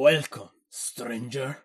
Welcome, stranger.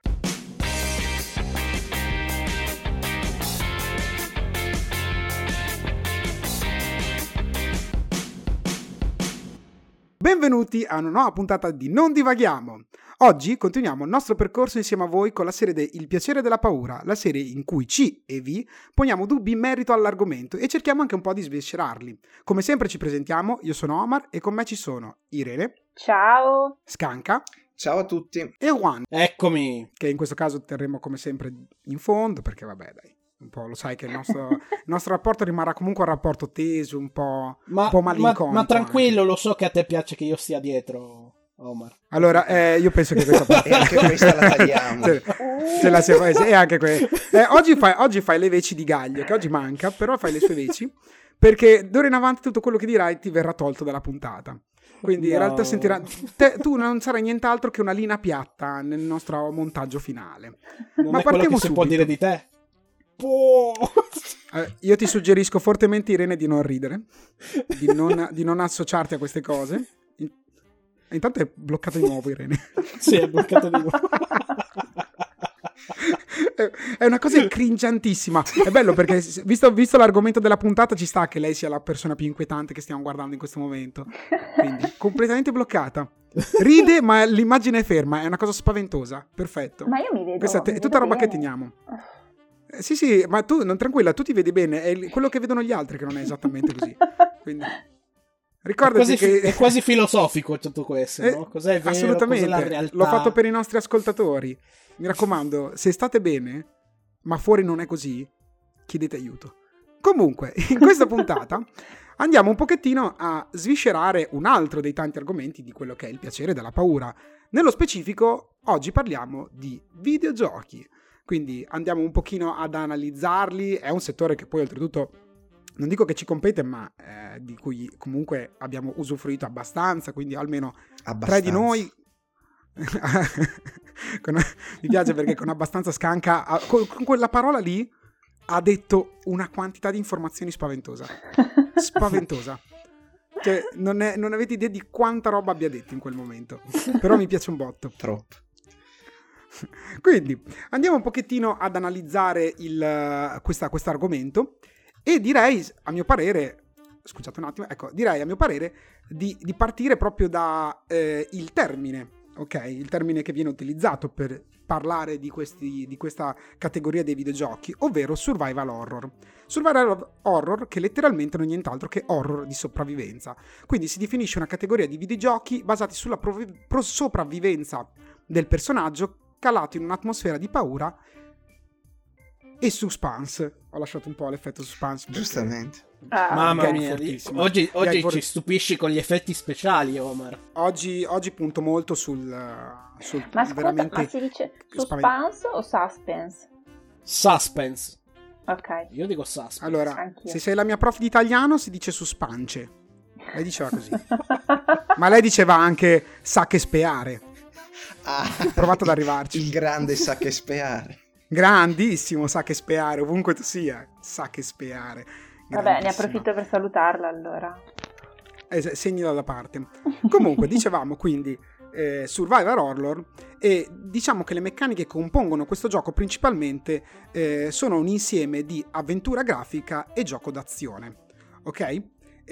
Benvenuti a una nuova puntata di Non Divaghiamo. Oggi continuiamo il nostro percorso insieme a voi con la serie de Il piacere della paura, la serie in cui ci e vi poniamo dubbi in merito all'argomento e cerchiamo anche un po' di sviscerarli. Come sempre ci presentiamo, io sono Omar e con me ci sono Irene. Ciao. Scanca. Ciao a tutti. E Juan. Eccomi. Che in questo caso terremo come sempre in fondo, perché vabbè dai, un po' lo sai che il nostro rapporto rimarrà comunque un rapporto teso, un po' malinconico. Ma tranquillo, lo so che a te piace che io stia dietro, Omar. Allora, io penso che questa parte... E anche questa la tagliamo. Ce la si fa, e anche oggi fai le veci di Gaglio, che oggi manca, però fai le sue veci, perché d'ora in avanti tutto quello che dirai ti verrà tolto dalla puntata. Quindi in realtà tu non sarai nient'altro che una linea piatta nel nostro montaggio finale. Non è quello che si può dire di te. Io ti suggerisco fortemente, Irene, di non ridere, di non associarti a queste cose. Intanto è bloccato di nuovo, Irene. Sì, è bloccato di nuovo. È una cosa cringiantissima. È bello perché visto l'argomento della puntata ci sta che lei sia la persona più inquietante che stiamo guardando in questo momento. Quindi completamente bloccata. Ride ma l'immagine è ferma. È una cosa spaventosa. Perfetto. Ma io mi vedo. Questa è tutta roba che teniamo. Sì, ma tu non tranquilla, tu ti vedi bene. È quello che vedono gli altri che non è esattamente così. Quindi ricordati che è quasi filosofico tutto questo, no? Cos'è vero, assolutamente. cos'è la realtà? L'ho fatto per i nostri ascoltatori. Mi raccomando, se state bene, ma fuori non è così, chiedete aiuto. Comunque, in questa puntata andiamo un pochettino a sviscerare un altro dei tanti argomenti di quello che è il piacere della paura. Nello specifico, oggi parliamo di videogiochi. Quindi andiamo un pochino ad analizzarli. È un settore che poi oltretutto non dico che ci compete, ma di cui comunque abbiamo usufruito abbastanza, quindi almeno tre di noi. Mi piace perché con abbastanza Scanca con quella parola lì ha detto una quantità di informazioni spaventosa. Cioè non avete idea di quanta roba abbia detto in quel momento, però mi piace un botto. Troppo. Quindi andiamo un pochettino ad analizzare questo argomento e direi a mio parere, scusate un attimo, direi a mio parere di partire proprio da il termine. Ok, il termine che viene utilizzato per parlare di questa categoria dei videogiochi, ovvero survival horror. Survival horror che letteralmente non è nient'altro che horror di sopravvivenza. Quindi si definisce una categoria di videogiochi basati sulla sopravvivenza del personaggio calato in un'atmosfera di paura e suspense. Ho lasciato un po' l'effetto suspense. Giustamente. Mamma mia, oggi ci stupisci con gli effetti speciali, Omar. Oggi punto molto sul ma scusa, veramente. ma si dice suspense o suspense? Suspense. Ok. Io dico suspense. Allora, anch'io. se sei la mia prof di italiano si dice suspance. Lei diceva così. Ma lei diceva anche sa che speare. Provate ad arrivarci. Il grande sa che speare. Grandissimo, sa che speare, ovunque tu sia, sa che speare. Vabbè, ne approfitto per salutarla allora. Segnila da parte. Comunque, dicevamo quindi survival horror, e diciamo che le meccaniche che compongono questo gioco principalmente sono un insieme di avventura grafica e gioco d'azione. Ok?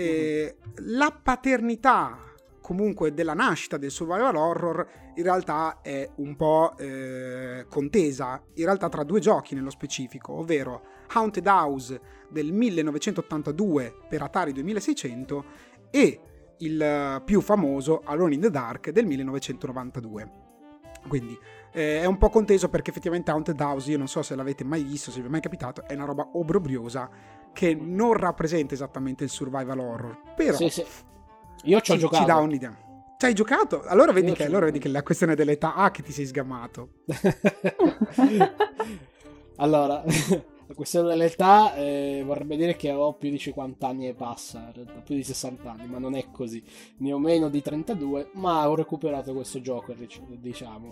La paternità comunque della nascita del survival horror in realtà è un po' contesa in realtà tra due giochi nello specifico, ovvero Haunted House del 1982 per Atari 2600 e il più famoso Alone in the Dark del 1992. Quindi è un po' conteso perché effettivamente Haunted House, io non so se l'avete mai visto, se vi è mai capitato, è una roba obbrobriosa che non rappresenta esattamente il survival horror, però sì. Io ci ho giocato. Ci dà un'idea. Ci hai giocato? Allora vedi che la questione dell'età che ti sei sgamato. Allora, la questione dell'età vorrebbe dire che ho più di 50 anni e passa, in realtà più di 60 anni, ma non è così. Ne ho meno di 32, ma ho recuperato questo gioco, diciamo.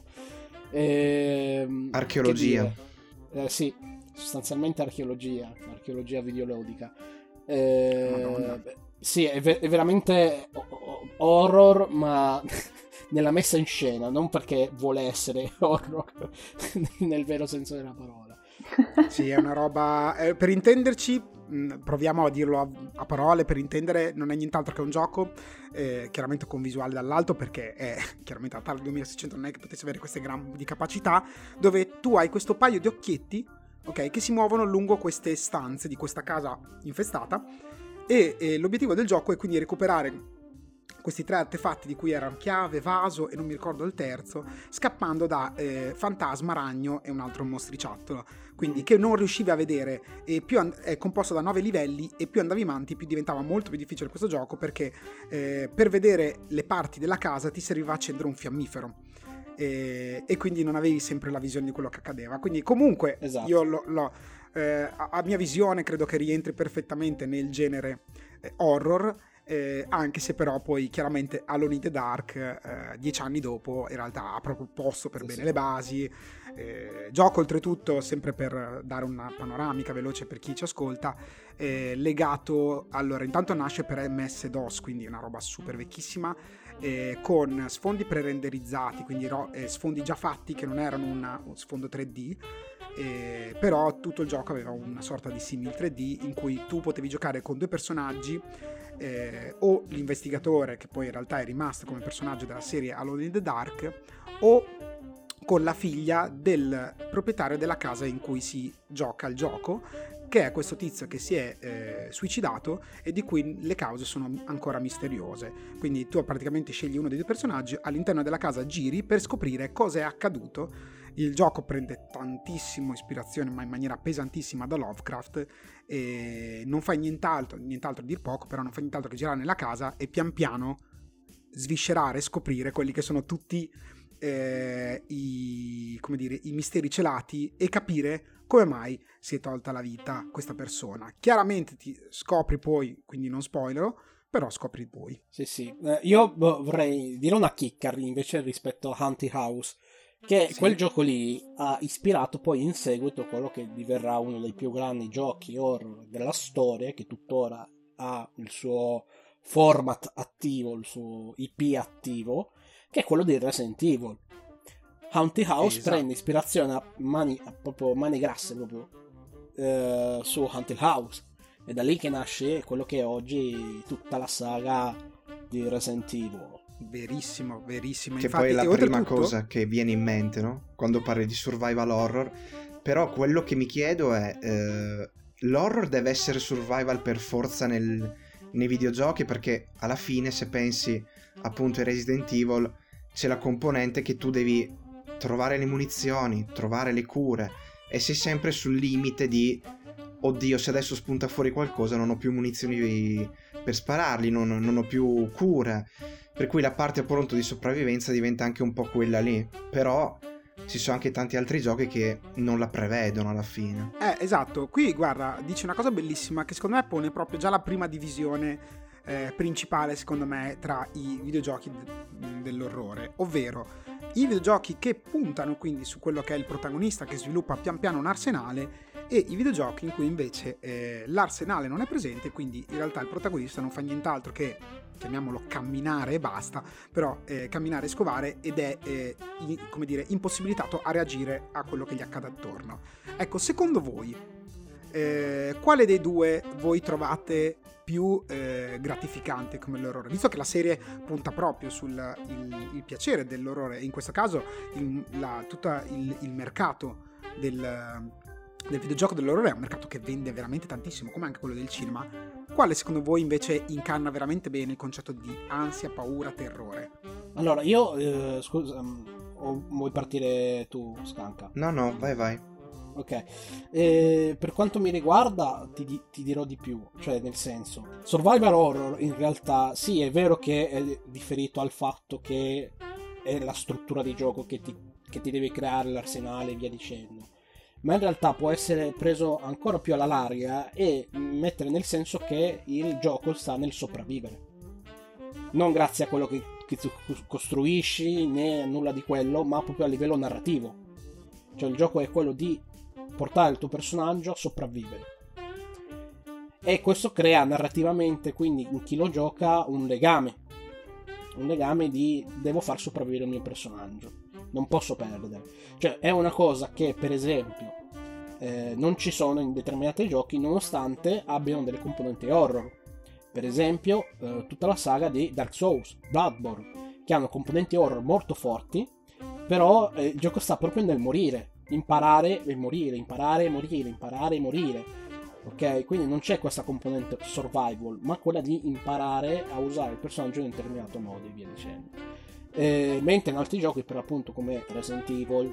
Archeologia. Sì, sostanzialmente archeologia videoludica. Sì, è veramente horror, ma nella messa in scena, non perché vuole essere horror nel vero senso della parola. Sì, è una roba, per intenderci, proviamo a dirlo a parole, per intendere non è nient'altro che un gioco, chiaramente con visuale dall'alto, perché è chiaramente Atari 2600, non è che potesse avere queste grandi capacità, dove tu hai questo paio di occhietti, ok, che si muovono lungo queste stanze di questa casa infestata, e l'obiettivo del gioco è quindi recuperare questi 3 artefatti, di cui erano chiave, vaso e non mi ricordo il terzo, scappando da fantasma, ragno e un altro mostriciattolo, quindi che non riuscivi a vedere. E è composto da 9 livelli, e più andavi avanti più diventava molto più difficile questo gioco, perché per vedere le parti della casa ti serviva accendere un fiammifero, e quindi non avevi sempre la visione di quello che accadeva. Quindi comunque esatto. Io a mia visione credo che rientri perfettamente nel genere horror, anche se però poi chiaramente Alone in the Dark 10 anni dopo in realtà ha proprio posto per bene le basi. Gioco oltretutto, sempre per dare una panoramica veloce per chi ci ascolta, legato, allora intanto nasce per MS-DOS, quindi una roba super vecchissima, con sfondi pre-renderizzati, quindi sfondi già fatti che non erano un sfondo 3D, però tutto il gioco aveva una sorta di simil 3D in cui tu potevi giocare con 2 personaggi, o l'investigatore, che poi in realtà è rimasto come personaggio della serie Alone in the Dark, o con la figlia del proprietario della casa in cui si gioca il gioco, che è questo tizio che si è suicidato e di cui le cause sono ancora misteriose. Quindi tu praticamente scegli uno dei 2 personaggi, all'interno della casa giri per scoprire cosa è accaduto. Il gioco prende tantissimo ispirazione, ma in maniera pesantissima, da Lovecraft, e non fai nient'altro a dir poco, però non fai nient'altro che girare nella casa e pian piano sviscerare, scoprire quelli che sono tutti i misteri celati, e capire come mai si è tolta la vita questa persona. Chiaramente ti scopri poi, quindi non spoilerò, però scopri poi. Sì. Io vorrei dire una chicca invece rispetto a Haunted House, che quel gioco lì ha ispirato poi in seguito quello che diverrà uno dei più grandi giochi horror della storia, che tuttora ha il suo format attivo, il suo IP attivo, che è quello di Resident Evil. Haunted House prende ispirazione a mani grasse proprio su Haunted House, è da lì che nasce quello che è oggi tutta la saga di Resident Evil. Verissimo. Che infatti, poi è la prima cosa che viene in mente, no? Quando parli di survival horror. Però quello che mi chiedo è l'horror deve essere survival per forza nei videogiochi, perché alla fine, se pensi appunto ai Resident Evil, c'è la componente che tu devi trovare le munizioni, trovare le cure, e sei sempre sul limite di oddio, se adesso spunta fuori qualcosa non ho più munizioni per spararli, non ho più cure, per cui la parte appunto di sopravvivenza diventa anche un po' quella lì. Però ci sono anche tanti altri giochi che non la prevedono alla fine. Esatto, qui guarda, dice una cosa bellissima che secondo me pone proprio già la prima divisione principale, secondo me, tra i videogiochi dell'orrore, ovvero i videogiochi che puntano quindi su quello che è il protagonista che sviluppa pian piano un arsenale, e i videogiochi in cui invece l'arsenale non è presente, quindi in realtà il protagonista non fa nient'altro che, chiamiamolo, camminare e basta, però camminare e scovare, ed è impossibilitato a reagire a quello che gli accade attorno. Ecco, secondo voi quale dei 2 voi trovate più gratificante come l'orrore, visto che la serie punta proprio sul il piacere dell'orrore, e in questo caso tutto il mercato del videogioco dell'orrore è un mercato che vende veramente tantissimo, come anche quello del cinema. Quale secondo voi invece incarna veramente bene il concetto di ansia, paura, terrore? Allora, io scusa, vuoi partire tu, Scanca? No, vai. Ok, per quanto mi riguarda ti dirò di più, cioè nel senso, survival horror in realtà sì, è vero che è riferito al fatto che è la struttura di gioco che ti deve creare l'arsenale e via dicendo, ma in realtà può essere preso ancora più alla larga e mettere nel senso che il gioco sta nel sopravvivere, non grazie a quello che tu costruisci né a nulla di quello, ma proprio a livello narrativo. Cioè il gioco è quello di portare il tuo personaggio a sopravvivere. e questo crea narrativamente, quindi in chi lo gioca, un legame di devo far sopravvivere il mio personaggio, non posso perdere. Cioè è una cosa che per esempio non ci sono in determinati giochi, nonostante abbiano delle componenti horror. Per esempio tutta la saga di Dark Souls, Bloodborne, che hanno componenti horror molto forti, però il gioco sta proprio nel morire, imparare e morire, imparare e morire, imparare e morire. Ok, quindi non c'è questa componente survival, ma quella di imparare a usare il personaggio in un determinato modo e via dicendo. Mentre in altri giochi, per appunto come Resident Evil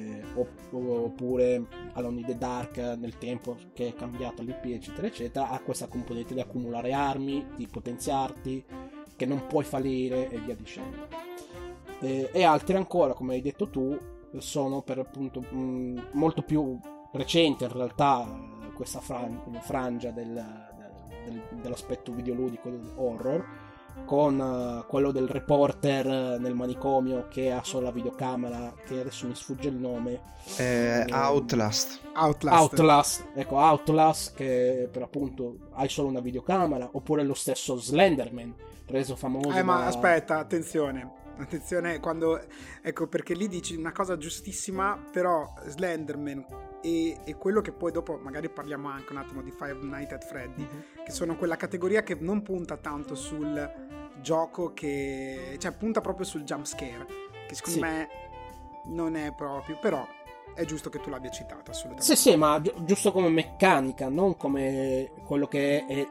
oppure Alone in the Dark nel tempo, che è cambiato l'IP eccetera eccetera, ha questa componente di accumulare armi, di potenziarti, che non puoi fallire e via dicendo. E altri ancora, come hai detto tu, sono per appunto molto più recenti in realtà, questa frangia dell'aspetto videoludico horror, con quello del reporter nel manicomio che ha solo la videocamera, che adesso mi sfugge il nome. Outlast, ecco, Outlast, che per appunto hai solo una videocamera, oppure lo stesso Slenderman, reso famoso ma aspetta, attenzione quando, ecco, perché lì dici una cosa giustissima, però Slenderman e quello che poi dopo magari parliamo anche un attimo di Five Nights at Freddy, che sono quella categoria che non punta tanto sul gioco, cioè punta proprio sul jump scare, che secondo me non è proprio, però è giusto che tu l'abbia citata, assolutamente. Sì, ma giusto come meccanica, non come quello che è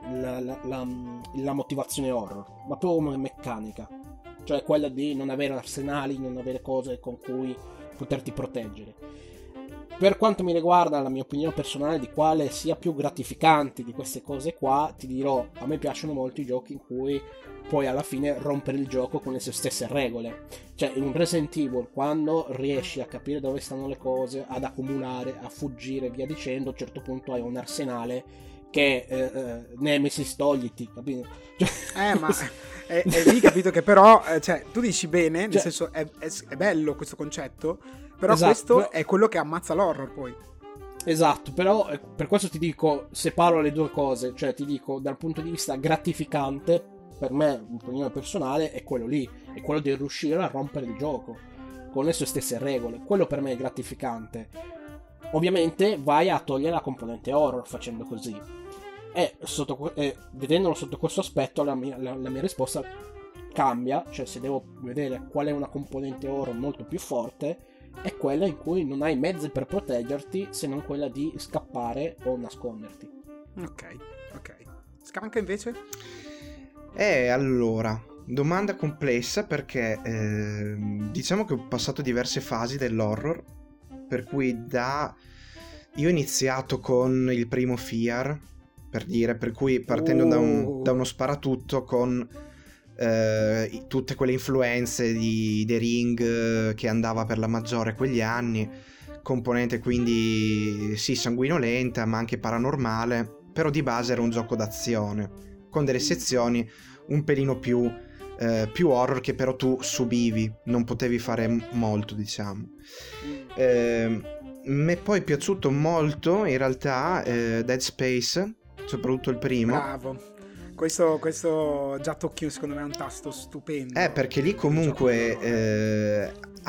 la motivazione horror, ma proprio come meccanica, cioè quella di non avere arsenali, non avere cose con cui poterti proteggere. Per quanto mi riguarda, la mia opinione personale di quale sia più gratificante di queste cose qua, ti dirò, a me piacciono molto i giochi in cui puoi alla fine rompere il gioco con le sue stesse regole. Cioè in un Resident Evil, quando riesci a capire dove stanno le cose, ad accumulare, a fuggire e via dicendo, a un certo punto hai un arsenale che Nemesis togliti, capito? Ma è lì, capito, che però cioè, tu dici bene, nel senso è bello questo concetto, però esatto, questo è quello che ammazza l'horror poi. Esatto, però per questo ti dico, separo le due cose, cioè ti dico dal punto di vista gratificante, per me, opinione personale, è quello lì, è quello di riuscire a rompere il gioco con le sue stesse regole, quello per me è gratificante. Ovviamente vai a togliere la componente horror facendo così, e vedendolo sotto questo aspetto la mia risposta cambia, cioè se devo vedere qual è una componente horror molto più forte, è quella in cui non hai mezzi per proteggerti se non quella di scappare o nasconderti. Ok. Scanca invece? Allora, domanda complessa, perché diciamo che ho passato diverse fasi dell'horror, per cui io ho iniziato con il primo Fear, per cui partendo da uno sparatutto con tutte quelle influenze di The Ring, che andava per la maggiore quegli anni, componente quindi sì sanguinolenta ma anche paranormale, però di base era un gioco d'azione con delle sezioni un pelino più horror, che però tu subivi, non potevi fare molto, diciamo. Mi è poi piaciuto molto in realtà Dead Space, soprattutto il primo. Bravo. Questo già tocchi, secondo me è un tasto stupendo. Perché lì comunque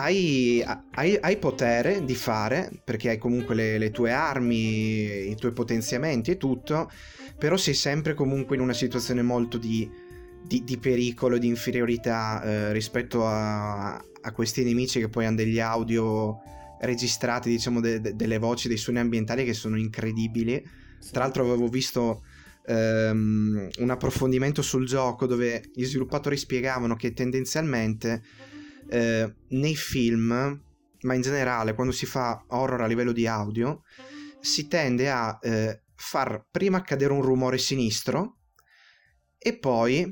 hai potere di fare, perché hai comunque le tue armi, i tuoi potenziamenti e tutto, però sei sempre comunque in una situazione molto di pericolo, di inferiorità rispetto a questi nemici che poi hanno degli audio registrati, diciamo, delle voci, dei suoni ambientali che sono incredibili. Sì. Tra l'altro avevo visto un approfondimento sul gioco dove gli sviluppatori spiegavano che tendenzialmente nei film, ma in generale quando si fa horror a livello di audio, si tende a far prima accadere un rumore sinistro e poi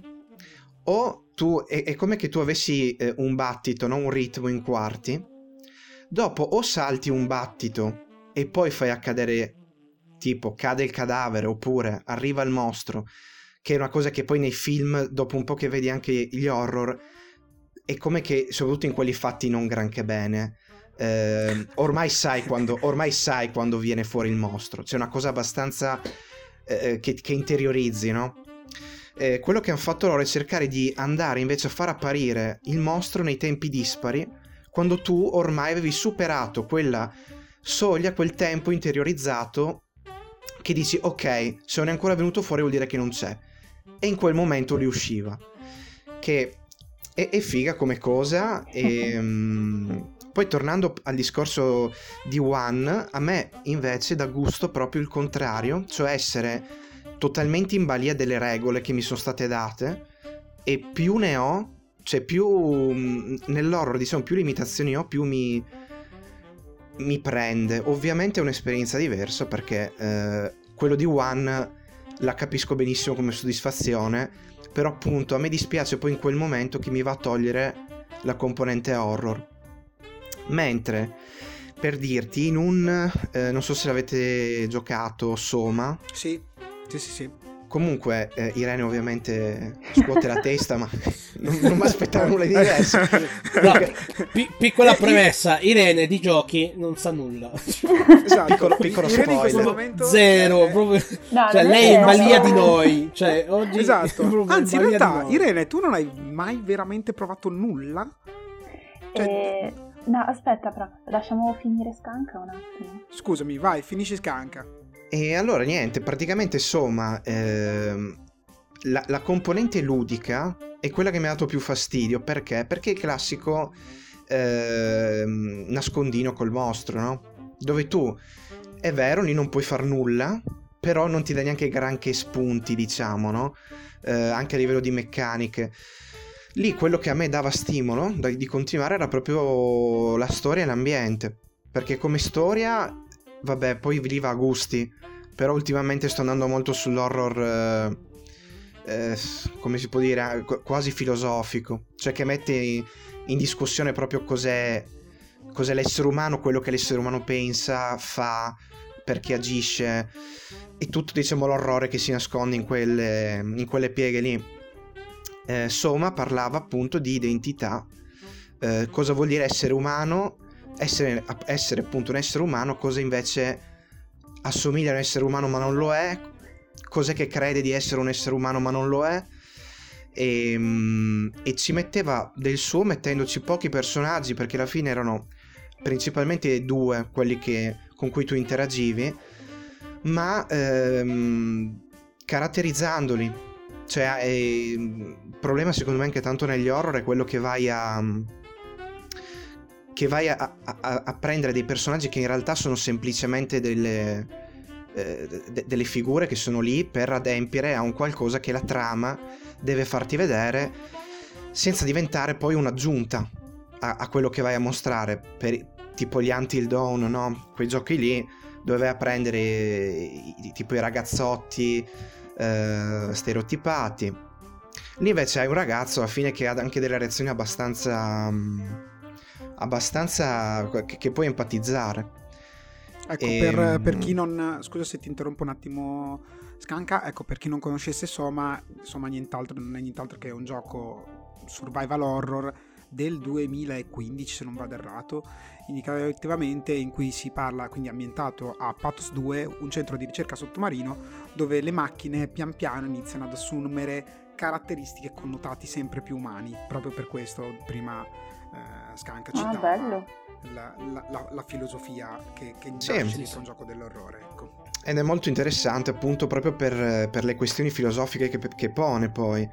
è come che tu avessi un battito, non un ritmo in quarti, dopo o salti un battito e poi fai accadere, tipo cade il cadavere oppure arriva il mostro, che è una cosa che poi nei film, dopo un po' che vedi anche gli horror, è come che, soprattutto in quelli fatti non granché bene, ormai sai quando viene fuori il mostro. C'è una cosa abbastanza che interiorizzi, no? Quello che hanno fatto loro è cercare di andare invece a far apparire il mostro nei tempi dispari, quando tu ormai avevi superato quella soglia, quel tempo interiorizzato che dici ok, se non è ancora venuto fuori vuol dire che non c'è, e in quel momento lui usciva, che è figa come cosa. E poi tornando al discorso di One, a me invece dà gusto proprio il contrario, cioè essere totalmente in balia delle regole che mi sono state date, e più ne ho, cioè più nell'horror diciamo più limitazioni ho, più mi prende. Ovviamente è un'esperienza diversa, perché quello di One la capisco benissimo come soddisfazione, però appunto a me dispiace poi in quel momento che mi va a togliere la componente horror. Mentre, per dirti, in non so se l'avete giocato, Soma. Sì. Comunque Irene ovviamente scuote la testa, ma non mi aspettavo nulla di diverso. No, piccola premessa, Irene di giochi non sa nulla. Esatto. Piccolo Irene in questo spoiler. momento Zero, proprio. No, Cioè, non lei è in vero. balia di noi. Cioè, oggi Esatto. proprio Anzi, in balia di realtà, noi. Irene, tu non hai mai veramente provato nulla? Cioè, No, aspetta, però lasciamo finire Scanca un attimo. scusami, vai, finisci Scanca. E allora niente, praticamente insomma la componente ludica è quella che mi ha dato più fastidio. Perché? Perché è il classico nascondino col mostro, no? Dove tu, è vero, lì non puoi far nulla, però non ti dà neanche granché spunti, diciamo, no? Anche a livello di meccaniche. Lì quello che a me dava stimolo di continuare era proprio la storia e l'ambiente, perché come storia, vabbè, poi lì va a gusti, però ultimamente sto andando molto sull'horror, come si può dire, quasi filosofico, cioè che mette in discussione proprio cos'è l'essere umano, quello che l'essere umano pensa, fa, perché agisce, e tutto, diciamo, l'orrore che si nasconde in quelle pieghe lì. Soma parlava appunto di identità, cosa vuol dire essere umano, essere appunto un essere umano, cosa invece assomiglia a un essere umano ma non lo è, cos'è che crede di essere un essere umano ma non lo è, e ci metteva del suo, mettendoci pochi personaggi, perché alla fine erano principalmente due quelli con cui tu interagivi, ma caratterizzandoli. Cioè il problema secondo me anche tanto negli horror è quello che vai a prendere dei personaggi che in realtà sono semplicemente delle figure che sono lì per adempiere a un qualcosa che la trama deve farti vedere, senza diventare poi un'aggiunta a quello che vai a mostrare, tipo gli Until Dawn, no? Quei giochi lì dove vai a prendere tipo i ragazzotti stereotipati. Lì invece hai un ragazzo alla fine che ha anche delle reazioni abbastanza che puoi empatizzare. Ecco, per chi non... Scusa se ti interrompo un attimo, Scanca. Ecco, per chi non conoscesse Soma non è nient'altro che un gioco survival horror del 2015, se non vado errato, indicativamente, in cui si parla, quindi ambientato a Pathos 2, un centro di ricerca sottomarino dove le macchine pian piano iniziano ad assumere caratteristiche e connotati sempre più umani. Proprio per questo prima Scanca citava la filosofia che nasce dietro un gioco dell'orrore, ecco. Ed è molto interessante appunto proprio per le questioni filosofiche che pone poi.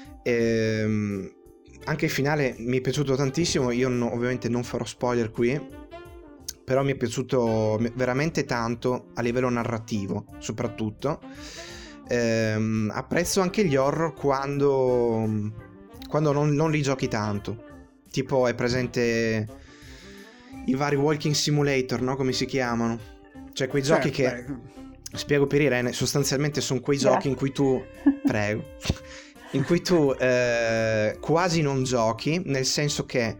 Anche il finale mi è piaciuto tantissimo. Io ovviamente non farò spoiler qui, però mi è piaciuto veramente tanto a livello narrativo soprattutto. Apprezzo anche gli horror quando non li giochi tanto, tipo è presente i vari walking simulator, no? Come si chiamano, cioè quei giochi che spiego per Irene, sostanzialmente sono quei giochi in cui tu in cui tu quasi non giochi, nel senso che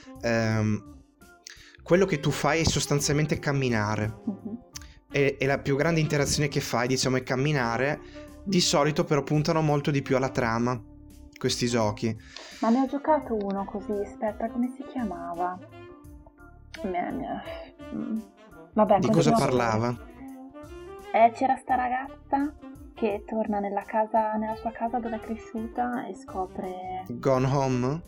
quello che tu fai è sostanzialmente camminare, e la più grande interazione che fai, diciamo, è camminare. Di solito però puntano molto di più alla trama questi giochi. Ma ne ho giocato uno così, aspetta, come si chiamava? Vabbè, di cosa parlava? C'era sta ragazza che torna nella sua casa dove è cresciuta e scopre... Gone Home?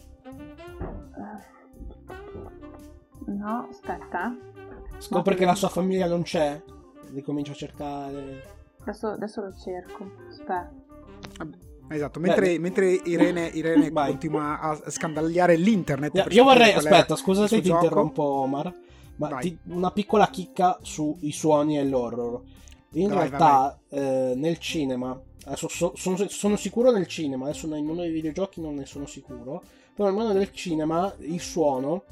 No, aspetta. Scopre che la sua famiglia non c'è, ricomincia a cercare. Adesso lo cerco. Aspetta. Esatto, mentre Irene Vai. continua a scandagliare l'internet. per Io vorrei, scoprire qual è aspetta, scusa il se suo ti gioco. interrompo, Omar, ma Vai. una piccola chicca sui suoni e l'horror. In Vai, realtà nel cinema, adesso sono sicuro nel cinema, adesso nel mondo dei videogiochi non ne sono sicuro, però nel mondo del cinema il suono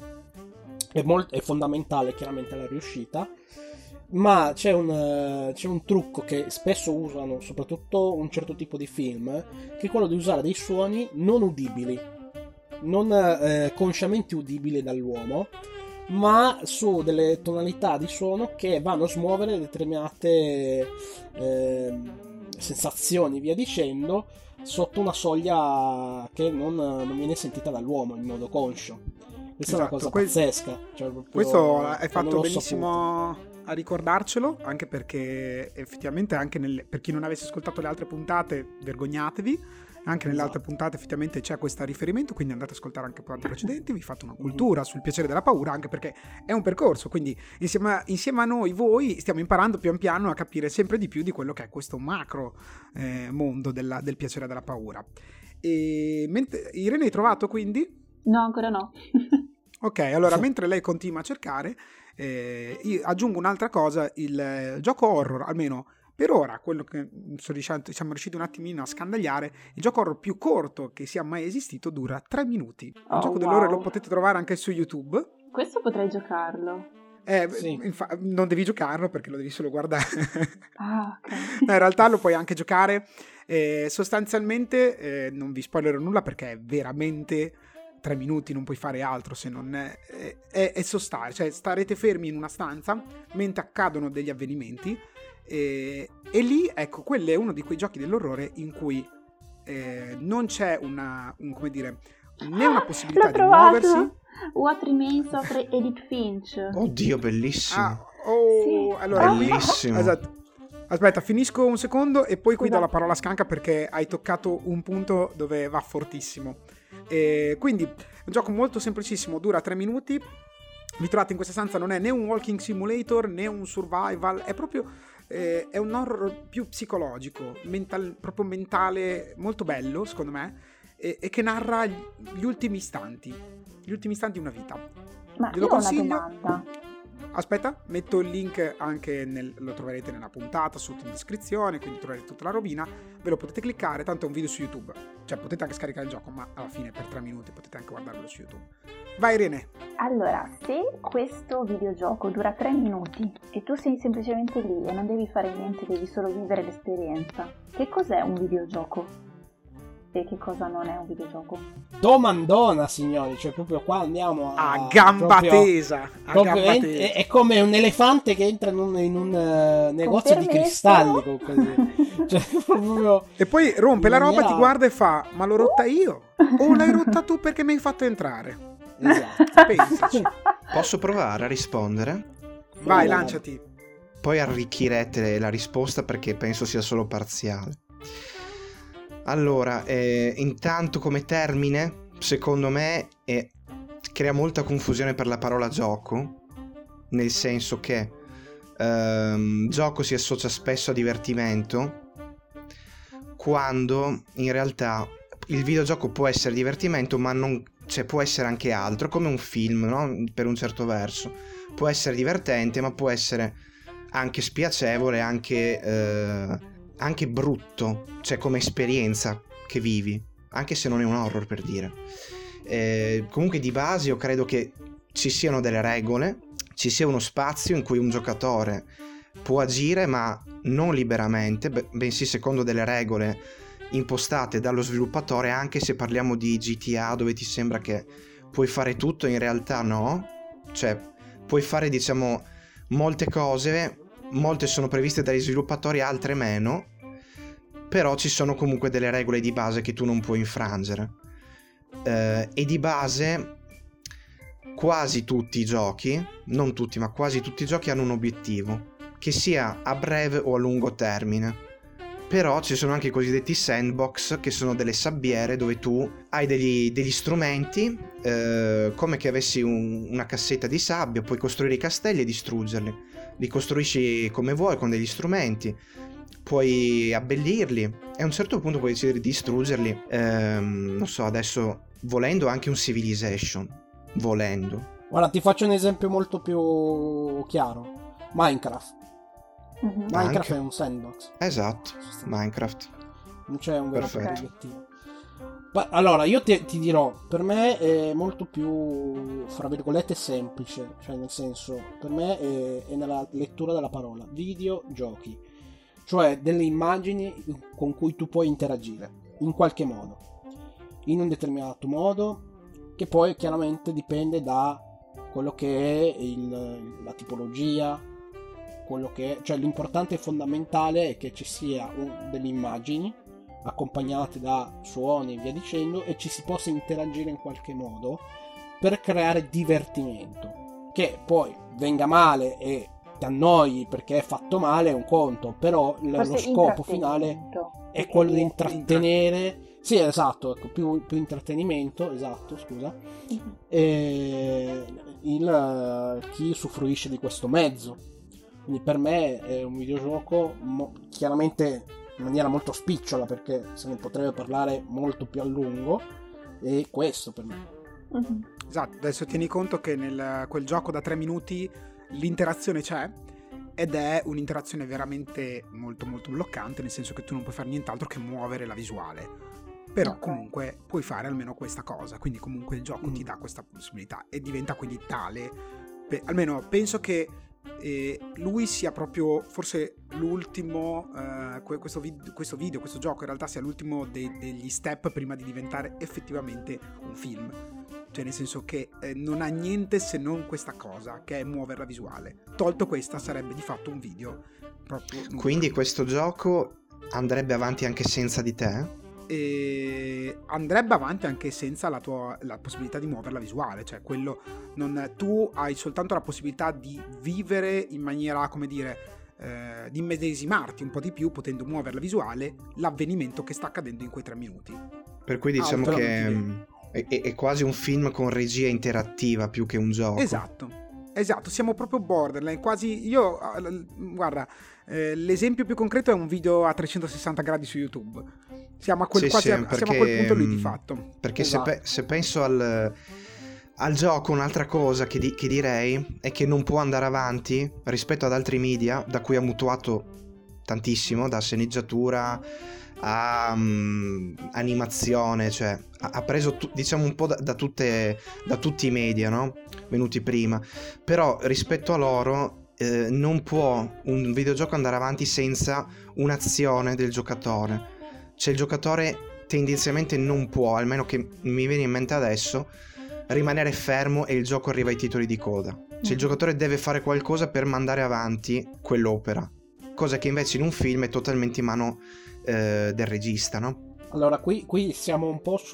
è fondamentale, chiaramente, la riuscita, ma c'è un trucco che spesso usano, soprattutto un certo tipo di film, che è quello di usare dei suoni non udibili, non consciamente udibili dall'uomo, ma su delle tonalità di suono che vanno a smuovere determinate sensazioni, via dicendo, sotto una soglia che non viene sentita dall'uomo in modo conscio. Questa è una cosa pazzesca. Cioè, proprio, Questo hai non fatto l'ho benissimo a ricordarcelo, anche perché effettivamente anche per chi non avesse ascoltato le altre puntate, vergognatevi, anche nelle altre puntate effettivamente c'è questo riferimento, quindi andate ad ascoltare anche puntate precedenti, vi fate una cultura sul piacere della paura, anche perché è un percorso, quindi insieme a noi, voi, stiamo imparando pian piano a capire sempre di più di quello che è questo macro mondo del piacere della paura. E Irene, hai trovato quindi? No, ancora no. Ok, allora mentre lei continua a cercare, io aggiungo un'altra cosa, il gioco horror, almeno per ora, quello che siamo riusciti un attimino a scandagliare, il gioco horror più corto che sia mai esistito dura 3 minuti. Il gioco dell'horror lo potete trovare anche su YouTube. Questo potrei giocarlo. Sì. Non devi giocarlo perché lo devi solo guardare. Ah, ok. No, in realtà lo puoi anche giocare. Sostanzialmente non vi spoilerò nulla perché è veramente 3 minuti, non puoi fare altro se non è sostare, cioè starete fermi in una stanza mentre accadono degli avvenimenti e lì, ecco, quello è uno di quei giochi dell'orrore in cui non c'è come dire, né una possibilità di muoversi. What Remains of Edith Finch. Oddio, bellissimo. Sì. Allora, Bellissimo. Esatto. Aspetta, finisco un secondo e poi qui do la parola a Scanca perché hai toccato un punto dove va fortissimo. Quindi è un gioco molto semplicissimo, dura 3 minuti. Vi trovate in questa stanza, non è né un walking simulator né un survival, è proprio è un horror più psicologico, proprio mentale, molto bello secondo me, e che narra gli ultimi istanti di una vita. Ma Ve lo io ho una consiglio. domanda. Aspetta, metto il link anche lo troverete nella puntata sotto in descrizione, quindi troverete tutta la robina, ve lo potete cliccare, tanto è un video su YouTube, cioè potete anche scaricare il gioco, ma alla fine per 3 minuti potete anche guardarlo su YouTube. Vai Irene. Allora, se questo videogioco dura 3 minuti e tu sei semplicemente lì e non devi fare niente, devi solo vivere l'esperienza, che cos'è un videogioco? E che cosa non è un videogioco? Domandona, signori, cioè proprio qua andiamo a gamba tesa. È come un elefante che entra in un negozio di cristalli. Cioè, proprio e poi rompe la roba, ti guarda e fa: ma l'ho rotta io? O l'hai rotta tu perché mi hai fatto entrare? Esatto. Pensaci. Posso provare a rispondere? Vai, lanciati. Poi arricchirete la risposta perché penso sia solo parziale. Allora, intanto come termine, secondo me crea molta confusione per la parola gioco, nel senso che gioco si associa spesso a divertimento, quando in realtà il videogioco può essere divertimento, ma non, cioè, può essere anche altro, come un film, no? Per un certo verso. Può essere divertente, ma può essere anche spiacevole, anche brutto, cioè come esperienza che vivi, anche se non è un horror, per dire. Comunque di base io credo che ci siano delle regole, ci sia uno spazio in cui un giocatore può agire, ma non liberamente, bensì secondo delle regole impostate dallo sviluppatore. Anche se parliamo di GTA, dove ti sembra che puoi fare tutto, in realtà no, cioè puoi fare, diciamo, molte cose, molte sono previste dagli sviluppatori, altre meno, però ci sono comunque delle regole di base che tu non puoi infrangere. E di base quasi tutti i giochi, non tutti ma quasi tutti i giochi, hanno un obiettivo, che sia a breve o a lungo termine. Però ci sono anche i cosiddetti sandbox, che sono delle sabbiere dove tu hai degli strumenti, come che avessi una cassetta di sabbia, puoi costruire i castelli e distruggerli. Li costruisci come vuoi con degli strumenti, puoi abbellirli e a un certo punto puoi decidere di distruggerli. Non so, adesso volendo anche un Civilization, volendo. Guarda, ti faccio un esempio molto più chiaro. Minecraft. Minecraft Anche. è un sandbox. Esatto, Minecraft. Non c'è un vero Perfetto. progettino. Allora, io ti dirò, per me è molto più, fra virgolette, semplice. Cioè, nel senso, per me è nella lettura della parola. Videogiochi. Cioè, delle immagini con cui tu puoi interagire. In qualche modo. In un determinato modo. Che poi, chiaramente, dipende da quello che è la tipologia. Cioè, l'importante e fondamentale è che ci sia delle immagini accompagnate da suoni e via dicendo, e ci si possa interagire in qualche modo per creare divertimento. Che poi venga male e ti annoi perché è fatto male è un conto, però lo scopo finale è quello di intrattenere. Sì, esatto, ecco, più intrattenimento, esatto, scusa. E chi usufruisce di questo mezzo. Quindi per me è un videogioco chiaramente in maniera molto spicciola, perché se ne potrebbe parlare molto più a lungo, e questo per me. Esatto, adesso tieni conto che quel gioco da 3 minuti l'interazione c'è, ed è un'interazione veramente molto molto bloccante, nel senso che tu non puoi fare nient'altro che muovere la visuale, però comunque puoi fare almeno questa cosa, quindi comunque il gioco ti dà questa possibilità e diventa quindi tale, almeno penso che lui sia proprio forse l'ultimo, questo gioco in realtà sia l'ultimo degli step prima di diventare effettivamente un film, cioè nel senso che non ha niente se non questa cosa che è muovere la visuale. Tolto questa sarebbe di fatto un video proprio. Quindi questo gioco andrebbe avanti anche senza di te? E andrebbe avanti anche senza la possibilità di muovere la visuale, cioè quello tu hai soltanto la possibilità di vivere in maniera, come dire, di immedesimarti un po' di più, potendo muovere la visuale, l'avvenimento che sta accadendo in quei 3 minuti. Per cui diciamo che è quasi un film con regia interattiva più che un gioco. Esatto, siamo proprio borderline, quasi. Io guarda, l'esempio più concreto è un video a 360 gradi su YouTube. Siamo a quel punto lì di fatto. Perché esatto. se penso al gioco, un'altra cosa che direi è che non può andare avanti rispetto ad altri media da cui ha mutuato tantissimo, da sceneggiatura a animazione, cioè ha preso diciamo un po' da tutti i media, no? Venuti prima, però rispetto a loro non può un videogioco andare avanti senza un'azione del giocatore. Cioè il giocatore tendenzialmente non può, almeno che mi viene in mente adesso, rimanere fermo e il gioco arriva ai titoli di coda. Cioè il giocatore deve fare qualcosa per mandare avanti quell'opera, cosa che invece in un film è totalmente in mano del regista, no? Allora qui siamo un po'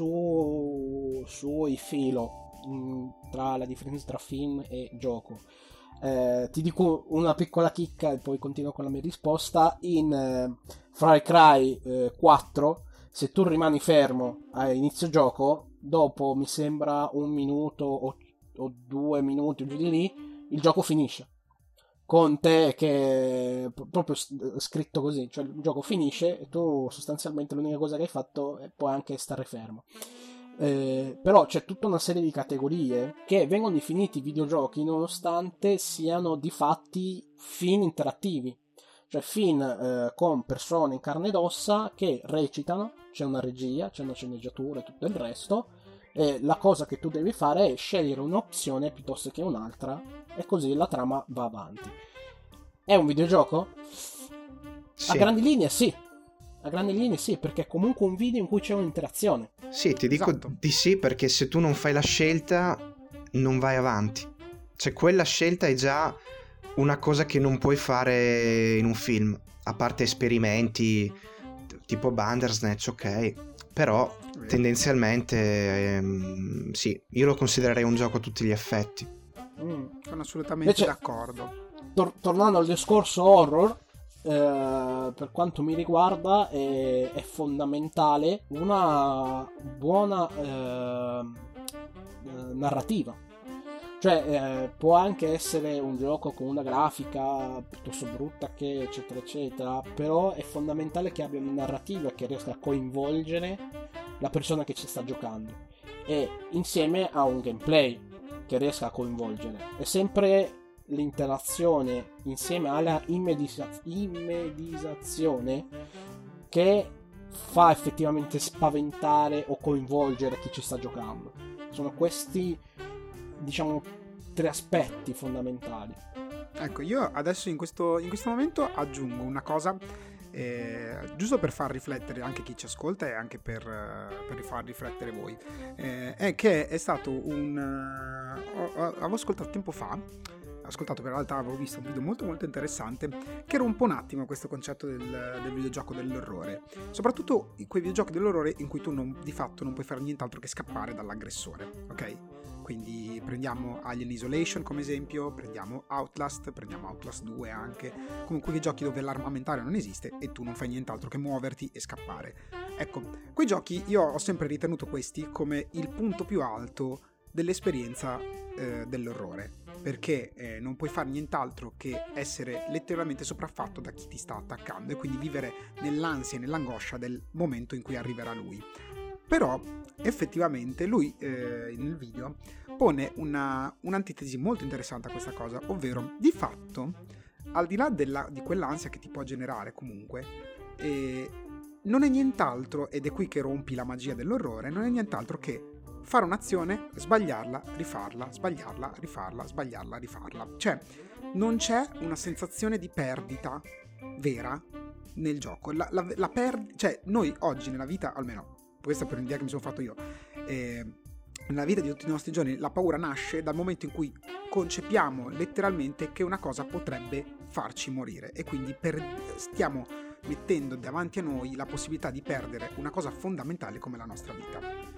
sui filo tra la differenza tra film e gioco. Ti dico una piccola chicca e poi continuo con la mia risposta. In Far Cry 4, se tu rimani fermo a inizio gioco, dopo mi sembra 1 minuto o 2 minuti giù di lì, il gioco finisce con te, che è proprio scritto così, cioè il gioco finisce e tu sostanzialmente l'unica cosa che hai fatto è poi anche stare fermo. Però c'è tutta una serie di categorie che vengono definiti videogiochi nonostante siano di fatti film interattivi, cioè film con persone in carne ed ossa che recitano, c'è una regia, c'è una sceneggiatura e tutto il resto, e la cosa che tu devi fare è scegliere un'opzione piuttosto che un'altra, e così la trama va avanti. È un videogioco? Sì. A grandi linee sì, perché è comunque un video in cui c'è un'interazione. Sì, ti dico di sì, perché se tu non fai la scelta non vai avanti. Cioè quella scelta è già una cosa che non puoi fare in un film, a parte esperimenti tipo Bandersnatch, ok, però tendenzialmente sì, io lo considererei un gioco a tutti gli effetti. Sono assolutamente d'accordo. Tornando al discorso horror, per quanto mi riguarda è fondamentale una buona narrativa. Cioè, può anche essere un gioco con una grafica piuttosto brutta che eccetera eccetera, però è fondamentale che abbia una narrativa che riesca a coinvolgere la persona che ci sta giocando, e insieme a un gameplay che riesca a coinvolgere. È sempre l'interazione insieme alla immedizzazione che fa effettivamente spaventare o coinvolgere chi ci sta giocando. Sono questi, diciamo, 3 aspetti fondamentali. Ecco, io adesso in questo momento aggiungo una cosa, giusto per far riflettere anche chi ci ascolta e anche per far riflettere voi, è che è stato avevo ascoltato tempo fa, per realtà avevo visto un video molto molto interessante che rompe un attimo questo concetto del videogioco dell'orrore, soprattutto quei videogiochi dell'orrore in cui tu di fatto non puoi fare nient'altro che scappare dall'aggressore, ok? Quindi prendiamo Alien Isolation come esempio, prendiamo Outlast 2 anche, comunque quei giochi dove l'armamentario non esiste e tu non fai nient'altro che muoverti e scappare. Ecco, quei giochi io ho sempre ritenuto questi come il punto più alto dell'esperienza dell'orrore, perché non puoi fare nient'altro che essere letteralmente sopraffatto da chi ti sta attaccando e quindi vivere nell'ansia e nell'angoscia del momento in cui arriverà lui. Però effettivamente lui nel video pone un'antitesi molto interessante a questa cosa, ovvero di fatto al di là di quell'ansia che ti può generare comunque, non è nient'altro, ed è qui che rompi la magia dell'orrore, non è nient'altro che fare un'azione, sbagliarla, rifarla, sbagliarla, rifarla, sbagliarla, rifarla. Cioè, non c'è una sensazione di perdita vera nel gioco. Cioè, noi oggi nella vita, almeno questa per un'idea che mi sono fatto io, nella vita di tutti i nostri giorni, la paura nasce dal momento in cui concepiamo letteralmente che una cosa potrebbe farci morire, e quindi stiamo mettendo davanti a noi la possibilità di perdere una cosa fondamentale come la nostra vita.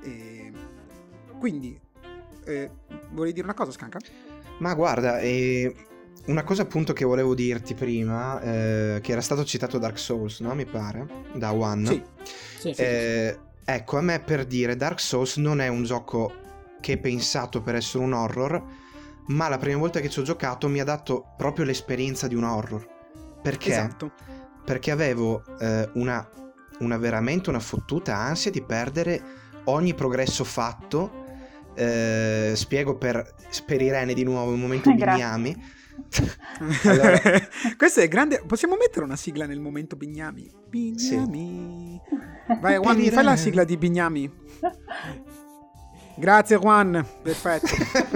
Quindi volevi dire una cosa, Scanca? Ma guarda, una cosa appunto che volevo dirti prima, che era stato citato Dark Souls, no? Mi pare, da One. Sì. Ecco, a me, per dire, Dark Souls non è un gioco che è pensato per essere un horror, ma la prima volta che ci ho giocato mi ha dato proprio l'esperienza di un horror. Perché? Esatto. Perché avevo veramente una fottuta ansia di perdere ogni progresso fatto. Spiego per Irene di nuovo un momento Bignami. Allora, questo è grande. Possiamo mettere una sigla nel momento Bignami? Bignami. Sì. Vai Juan, fai la sigla di Bignami. Grazie Juan, perfetto.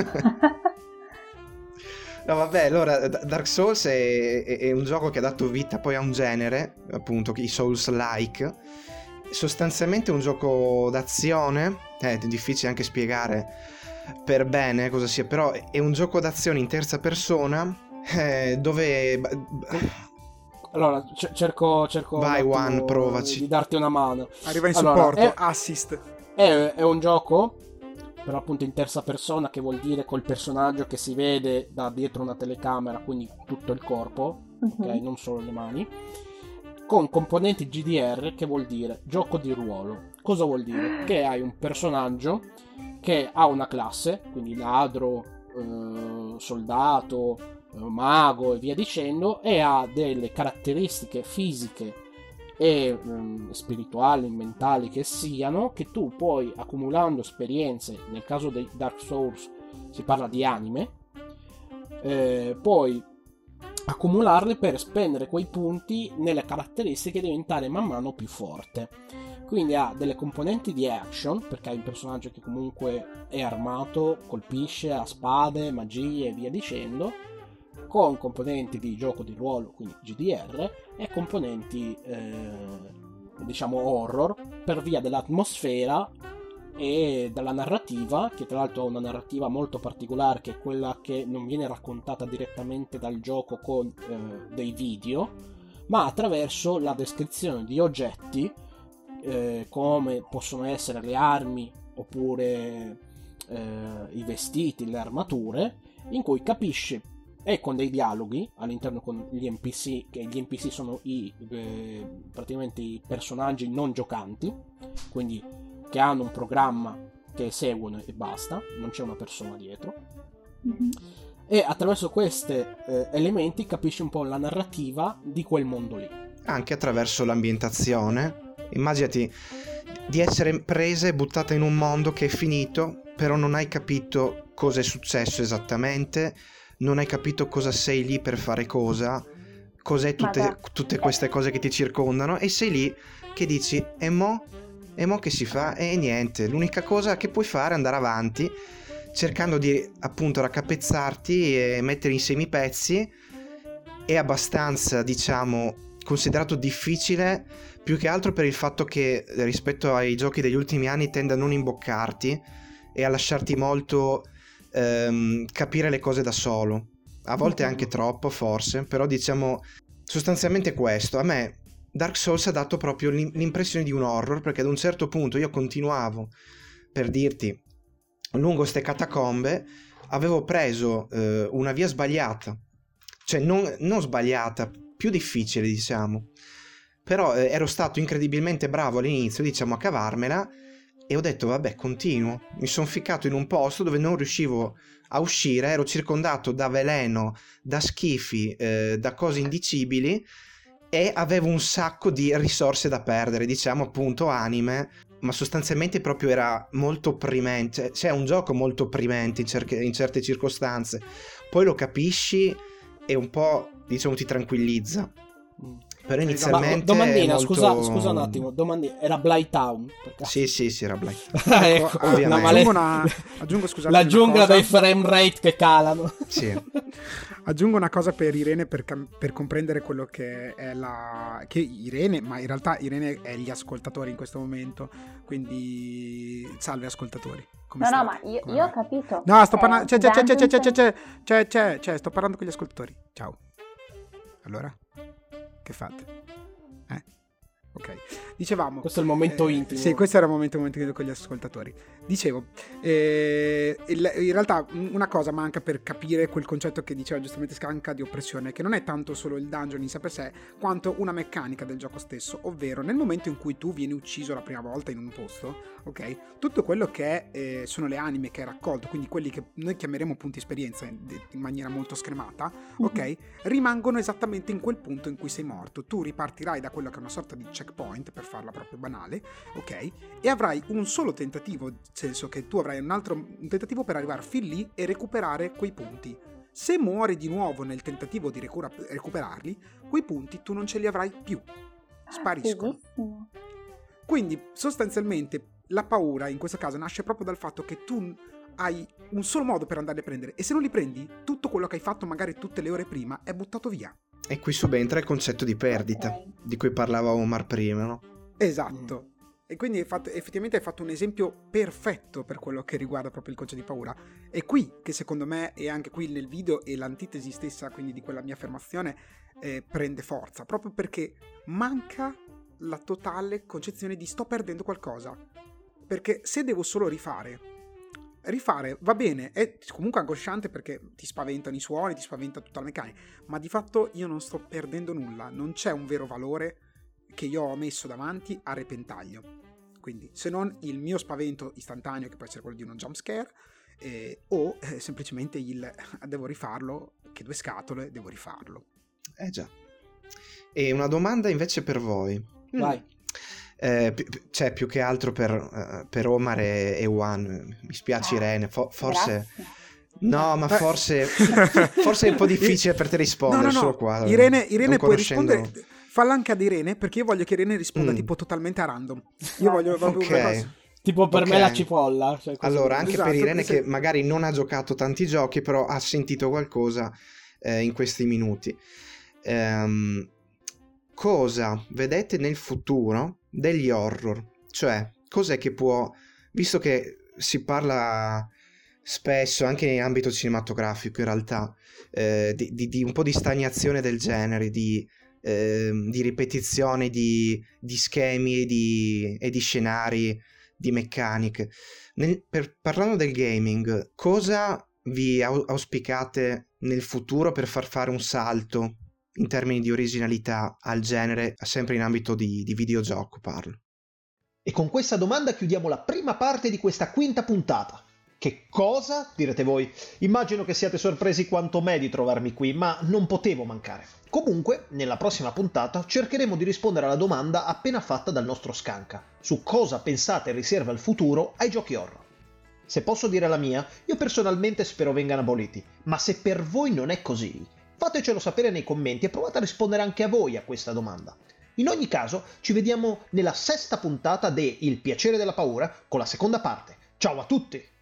No vabbè, allora Dark Souls è un gioco che ha dato vita poi a un genere, appunto, i Souls-like. Sostanzialmente è un gioco d'azione, è difficile anche spiegare per bene cosa sia, però è un gioco d'azione in terza persona, dove... Allora, cerco vai Juan, provaci di darti una mano. Arriva in supporto, assist. È un gioco però appunto in terza persona, che vuol dire col personaggio che si vede da dietro una telecamera, quindi tutto il corpo, ok, non solo le mani, con componenti GDR, che vuol dire gioco di ruolo. Cosa vuol dire? Che hai un personaggio che ha una classe, quindi ladro, soldato, mago e via dicendo, e ha delle caratteristiche fisiche e spirituali, mentali che siano, che tu puoi, accumulando esperienze, nel caso dei Dark Souls si parla di anime, puoi accumularle per spendere quei punti nelle caratteristiche e diventare man mano più forte. Quindi ha delle componenti di action, perché hai un personaggio che comunque è armato, colpisce, ha spade, magie e via dicendo, con componenti di gioco di ruolo, quindi GDR, e componenti diciamo horror, per via dell'atmosfera e della narrativa, che tra l'altro ha una narrativa molto particolare, che è quella che non viene raccontata direttamente dal gioco con dei video, ma attraverso la descrizione di oggetti, come possono essere le armi oppure i vestiti, le armature, in cui capisci e con dei dialoghi all'interno con gli NPC, che gli NPC sono praticamente i personaggi non giocanti, quindi che hanno un programma che eseguono e basta, non c'è una persona dietro. E attraverso questi elementi capisci un po' la narrativa di quel mondo lì. Anche attraverso l'ambientazione. Immaginati di essere presa e buttata in un mondo che è finito, però non hai capito cosa è successo esattamente, non hai capito cosa sei lì per fare cosa, cos'è tutte queste cose che ti circondano, e sei lì che dici e mo che si fa? E niente, l'unica cosa che puoi fare è andare avanti cercando di appunto raccapezzarti e mettere insieme i pezzi. È abbastanza, diciamo, considerato difficile, più che altro per il fatto che rispetto ai giochi degli ultimi anni tende a non imboccarti e a lasciarti molto capire le cose da solo, a volte anche troppo forse, però diciamo sostanzialmente questo. A me Dark Souls ha dato proprio l'impressione di un horror, perché ad un certo punto io continuavo, per dirti, lungo ste catacombe, avevo preso una via sbagliata, cioè non sbagliata, più difficile diciamo, però ero stato incredibilmente bravo all'inizio, diciamo, a cavarmela, e ho detto vabbè, continuo. Mi sono ficcato in un posto dove non riuscivo a uscire, ero circondato da veleno, da schifi, da cose indicibili, e avevo un sacco di risorse da perdere, diciamo appunto anime, ma sostanzialmente proprio era molto opprimente, cioè un gioco molto opprimente in certe circostanze. Poi lo capisci e un po', diciamo, ti tranquillizza. Però inizialmente domandina, molto... scusa un attimo, era Blighttown? Sì, era Blighttown. Ecco, ovviamente. Aggiungo scusate, la giungla dei frame rate che calano. Sì. Aggiungo una cosa per Irene per comprendere quello che è che Irene, ma in realtà Irene è gli ascoltatori in questo momento, quindi salve ascoltatori. Come no, state? ma io ho capito. No, sto parlando, sto parlando con gli ascoltatori. Ciao. Allora, che fate? Ok, dicevamo... Questo è il momento intimo. Sì, questo era il momento con gli ascoltatori. Dicevo, in realtà una cosa manca per capire quel concetto che diceva giustamente Scanca di oppressione, che non è tanto solo il dungeon in sé per sé, quanto una meccanica del gioco stesso, ovvero nel momento in cui tu vieni ucciso la prima volta in un posto, ok, tutto quello che sono le anime che hai raccolto, quindi quelli che noi chiameremo punti esperienza in maniera molto scremata, ok, rimangono esattamente in quel punto in cui sei morto. Tu ripartirai da quello che è una sorta di checkpoint, per farla proprio banale, ok, e avrai un solo tentativo, nel senso che tu avrai un tentativo per arrivare fin lì e recuperare quei punti. Se muori di nuovo nel tentativo di recuperarli, quei punti tu non ce li avrai più, spariscono. Quindi sostanzialmente la paura in questo caso nasce proprio dal fatto che tu hai un solo modo per andarli a prendere, e se non li prendi, tutto quello che hai fatto magari tutte le ore prima è buttato via. E qui subentra il concetto di perdita, di cui parlava Omar prima, no? Esatto. E quindi effettivamente hai fatto un esempio perfetto per quello che riguarda proprio il concetto di paura. È qui che secondo me, e anche qui nel video, e l'antitesi stessa quindi di quella mia affermazione prende forza, proprio perché manca la totale concezione di sto perdendo qualcosa. Perché se devo solo rifare va bene, è comunque angosciante perché ti spaventano i suoni, ti spaventa tutta la meccanica, ma di fatto io non sto perdendo nulla, non c'è un vero valore che io ho messo davanti a repentaglio. Quindi se non il mio spavento istantaneo, che può essere quello di uno jumpscare, o semplicemente il devo rifarlo, che 2 scatole, devo rifarlo. Già. E una domanda invece per voi. Vai. Cioè, più che altro per Omar e Juan, mi spiace Irene, forse Grazie. no, ma forse è un po' difficile per te rispondere. No. Solo qua, Irene puoi conoscendo... rispondere, falla anche ad Irene, perché io voglio che Irene risponda tipo totalmente a random. Io voglio proprio una cosa. Tipo per me la cipolla, cioè allora anche esatto, per Irene che magari non ha giocato tanti giochi, però ha sentito qualcosa in questi minuti. Cosa vedete nel futuro degli horror? Cioè, cos'è che può, visto che si parla spesso anche in ambito cinematografico in realtà di un po' di stagnazione del genere, di ripetizione di schemi e di scenari, di meccaniche. Parlando del gaming, cosa vi auspicate nel futuro per far fare un salto in termini di originalità al genere, sempre in ambito di videogioco parlo. E con questa domanda chiudiamo la prima parte di questa quinta puntata. Che cosa? Direte voi. Immagino che siate sorpresi quanto me di trovarmi qui, ma non potevo mancare. Comunque, nella prossima puntata cercheremo di rispondere alla domanda appena fatta dal nostro Scanca, su cosa pensate riserva il futuro ai giochi horror. Se posso dire la mia, io personalmente spero vengano aboliti, ma se per voi non è così, fatecelo sapere nei commenti e provate a rispondere anche a voi a questa domanda. In ogni caso, ci vediamo nella sesta puntata de Il piacere della paura con la seconda parte. Ciao a tutti!